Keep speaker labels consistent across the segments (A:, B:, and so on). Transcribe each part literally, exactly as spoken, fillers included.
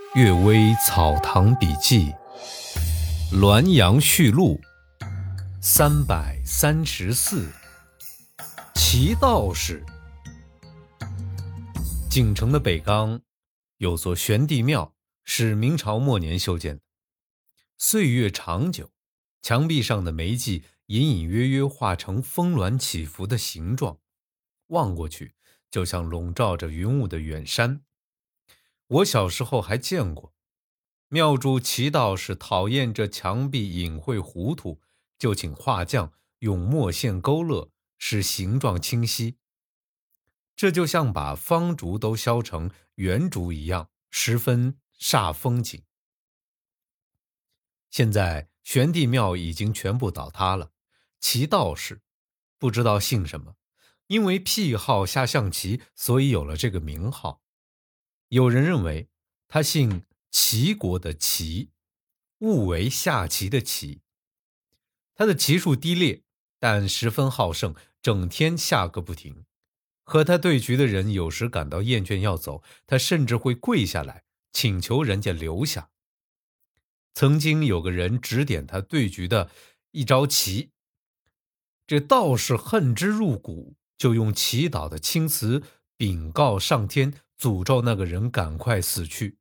A: 《岳微草堂笔记》滦阳序录三百三十四，齐道士。锦城的北冈有座玄帝庙，是明朝末年修建的。岁月长久，墙壁上的霉迹隐隐约约化成峰峦起伏的形状，望过去就像笼罩着云雾的远山。我小时候还见过，庙主齐道士讨厌这墙壁隐晦糊涂，就请画匠用墨线勾勒，使形状清晰。这就像把方竹都削成圆竹一样，十分煞风景。现在玄帝庙已经全部倒塌了，齐道士不知道姓什么，因为癖好下象棋，所以有了这个名号。有人认为他姓齐国的齐，误为下棋的棋。他的棋术低劣，但十分好胜，整天下个不停。和他对局的人有时感到厌倦要走，他甚至会跪下来请求人家留下。曾经有个人指点他对局的一招棋，这道士恨之入骨，就用祈祷的青词禀告上天，诅咒那个人赶快死去。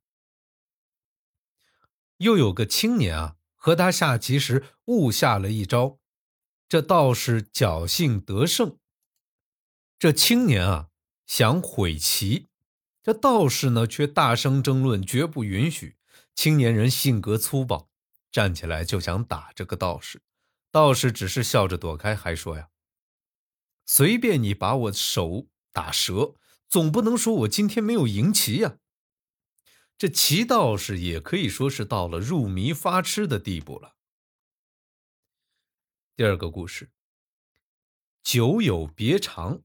A: 又有个青年啊，和他下棋时误下了一招，这道士侥幸得胜。这青年啊想毁棋，这道士呢却大声争论，绝不允许。青年人性格粗暴，站起来就想打这个道士。道士只是笑着躲开，还说呀：随便你把我手打折，总不能说我今天没有赢棋呀。这齐道士也可以说是到了入迷发痴的地步了。第二个故事，酒有别长。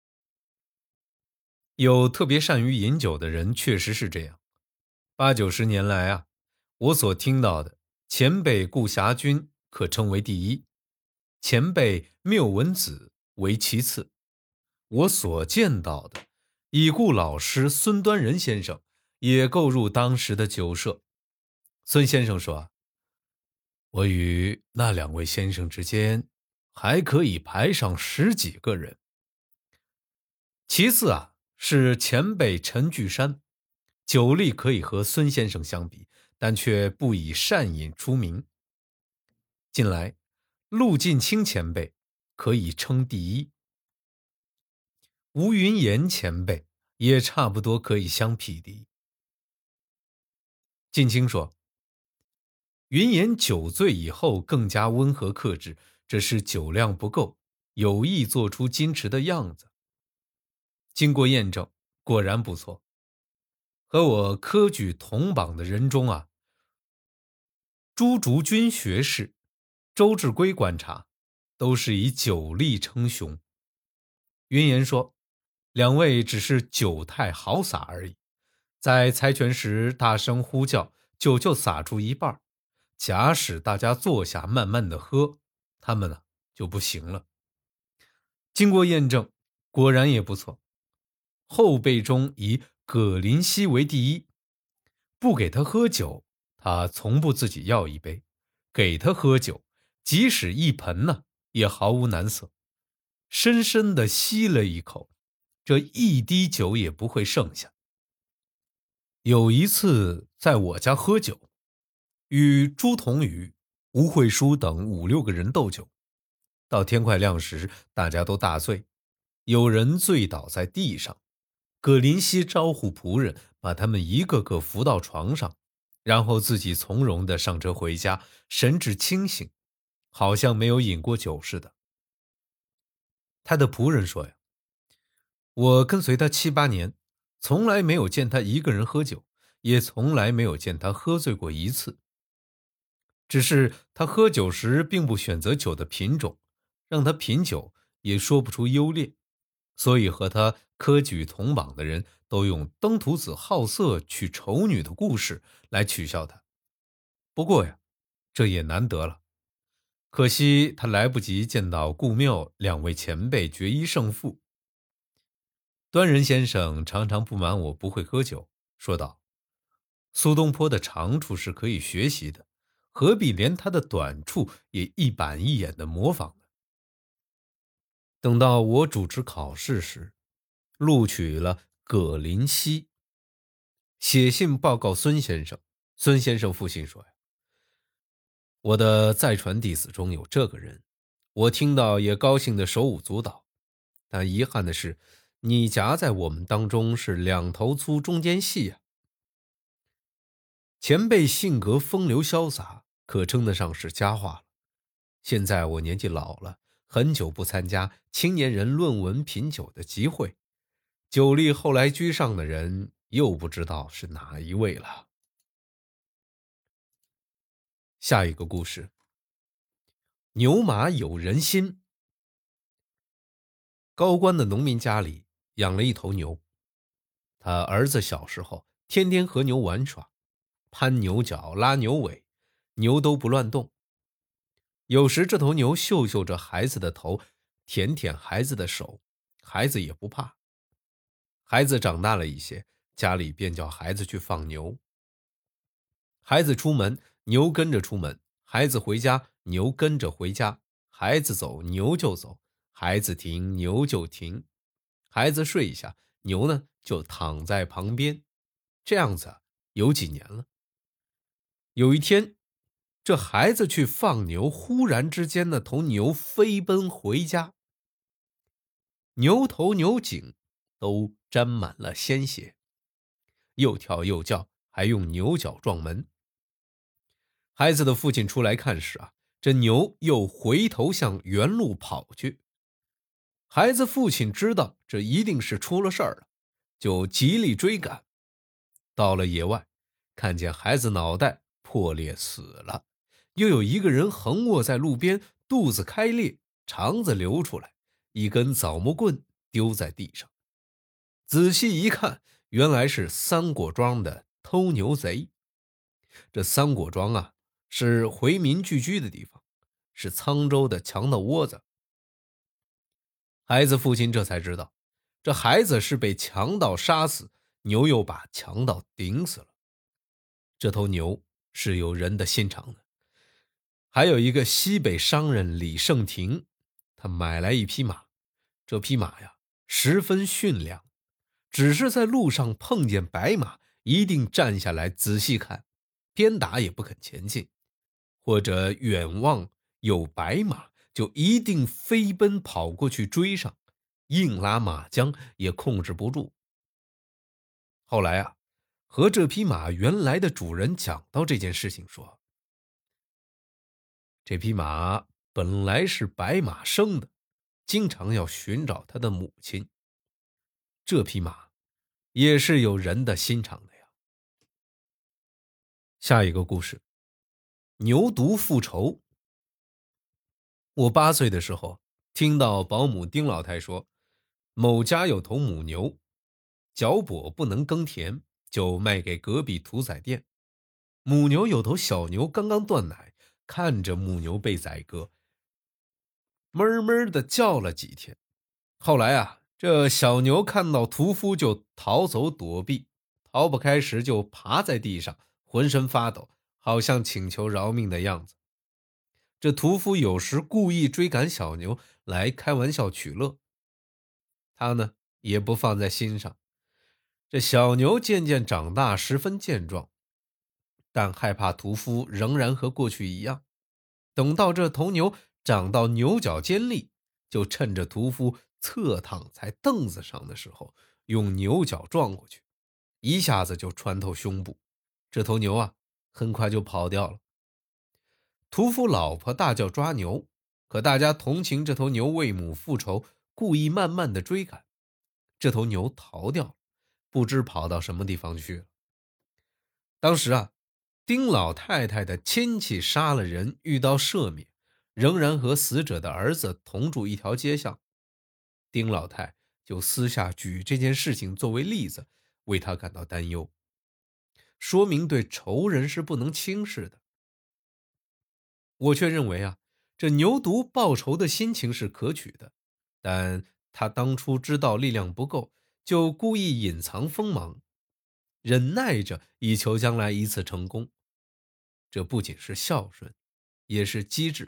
A: 有特别善于饮酒的人，确实是这样。八九十年来啊，我所听到的，前辈顾霞君可称为第一，前辈缪文子为其次。我所见到的，已故老师孙端仁先生也购入当时的酒社。孙先生说，我与那两位先生之间还可以排上十几个人。其次啊，是前辈陈巨山，酒力可以和孙先生相比，但却不以善饮出名。近来陆晋清前辈可以称第一，吴云岩前辈也差不多可以相匹敌。晋清说，云岩酒醉以后更加温和克制，这是酒量不够，有意做出矜持的样子。经过验证，果然不错。和我科举同榜的人中啊，朱竹君学士、周志圭观察，都是以酒力称雄。云岩说，两位只是酒态好洒而已，在猜拳时大声呼叫，酒就洒出一半，假使大家坐下慢慢的喝，他们呢就不行了。经过验证，果然也不错。后辈中以葛林熙为第一，不给他喝酒，他从不自己要一杯；给他喝酒，即使一盆呢，也毫无难色。深深地吸了一口，这一滴酒也不会剩下。有一次在我家喝酒，与朱同宇、吴慧书等五六个人斗酒，到天快亮时，大家都大醉，有人醉倒在地上。葛林熙招呼仆人把他们一个个扶到床上，然后自己从容地上车回家，神志清醒，好像没有饮过酒似的。他的仆人说呀，我跟随他七八年，从来没有见他一个人喝酒，也从来没有见他喝醉过一次。只是他喝酒时并不选择酒的品种，让他品酒也说不出优劣，所以和他科举同榜的人都用登徒子好色娶丑女的故事来取笑他。不过呀，这也难得了。可惜他来不及见到顾谬两位前辈决一胜负。端仁先生常常不满我不会喝酒，说道， 苏东坡的长处是可以学习的，何必连他的短处也一板一眼地模仿呢？等到我主持考试时，录取了葛林熙，写信报告孙先生。孙先生复信说呀：我的再传弟子中有这个人，我听到也高兴的手舞足蹈。但遗憾的是，你夹在我们当中是两头粗中间细啊。前辈性格风流潇洒，可称得上是佳话了。现在我年纪老了，很久不参加青年人论文品酒的集会，酒力后来居上的人又不知道是哪一位了。下一个故事，牛马有人心。高官的农民家里养了一头牛，他儿子小时候天天和牛玩耍，攀牛角拉牛尾，牛都不乱动。有时这头牛嗅嗅着孩子的头，舔舔孩子的手，孩子也不怕。孩子长大了一些，家里便叫孩子去放牛。孩子出门，牛跟着出门；孩子回家，牛跟着回家；孩子走，牛就走；孩子停，牛就停；孩子睡下，牛呢就躺在旁边。这样子有几年了。有一天，这孩子去放牛，忽然之间那头牛飞奔回家，牛头牛颈都沾满了鲜血，又跳又叫，还用牛角撞门。孩子的父亲出来看时啊，这牛又回头向原路跑去。孩子父亲知道这一定是出了事儿了，就极力追赶。到了野外，看见孩子脑袋破裂死了，又有一个人横卧在路边，肚子开裂，肠子流出来，一根枣木棍丢在地上。仔细一看，原来是三果庄的偷牛贼。这三果庄啊，是回民聚居的地方，是沧州的强盗窝子。孩子父亲这才知道，这孩子是被强盗杀死，牛又把强盗顶死了。这头牛是有人的心肠的。还有一个西北商人李胜廷，他买来一匹马，这匹马呀十分驯良，只是在路上碰见白马，一定站下来仔细看，鞭打也不肯前进，或者远望有白马，就一定飞奔跑过去追上，硬拉马缰也控制不住。后来啊，和这匹马原来的主人讲到这件事情，说这匹马本来是白马生的，经常要寻找他的母亲。这匹马也是有人的心肠的呀。下一个故事，牛犊复仇。我八岁的时候，听到保姆丁老太说，某家有头母牛，脚跛不能耕田，就卖给隔壁屠宰店。母牛有头小牛刚刚断奶，看着母牛被宰割，闷闷的叫了几天。后来啊，这小牛看到屠夫就逃走躲避，逃不开时就爬在地上，浑身发抖，好像请求饶命的样子。这屠夫有时故意追赶小牛来开玩笑取乐，他呢也不放在心上。这小牛渐渐长大，十分健壮，但害怕屠夫仍然和过去一样。等到这头牛长到牛角尖利，就趁着屠夫侧躺在凳子上的时候，用牛角撞过去，一下子就穿透胸部。这头牛啊，很快就跑掉了。屠夫老婆大叫抓牛，可大家同情这头牛为母复仇，故意慢慢的追赶。这头牛逃掉了，不知跑到什么地方去了。当时啊，丁老太太的亲戚杀了人，遇到赦免，仍然和死者的儿子同住一条街上。丁老太就私下举这件事情作为例子，为他感到担忧，说明对仇人是不能轻视的。我却认为啊，这牛犊报仇的心情是可取的，但他当初知道力量不够，就故意隐藏锋芒。 忍耐着以求将来一次成功。这不仅是孝顺，也是机智。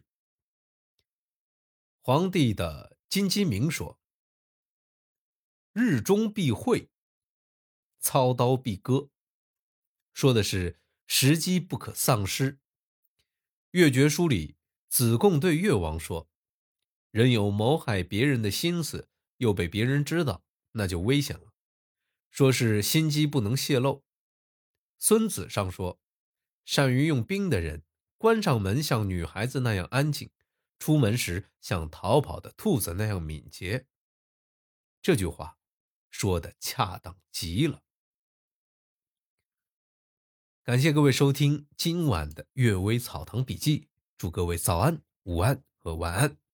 A: 皇帝的金鸡鸣说：日中必会，操刀必割，说的是时机不可丧失。越绝书里，子贡对越王说：人有谋害别人的心思，又被别人知道，那就危险了，说是心机不能泄露。孙子上说：善于用兵的人，关上门像女孩子那样安静，出门时像逃跑的兔子那样敏捷。这句话说得恰当极了。感谢各位收听今晚的阅微草堂笔记，祝各位早安、午安和晚安。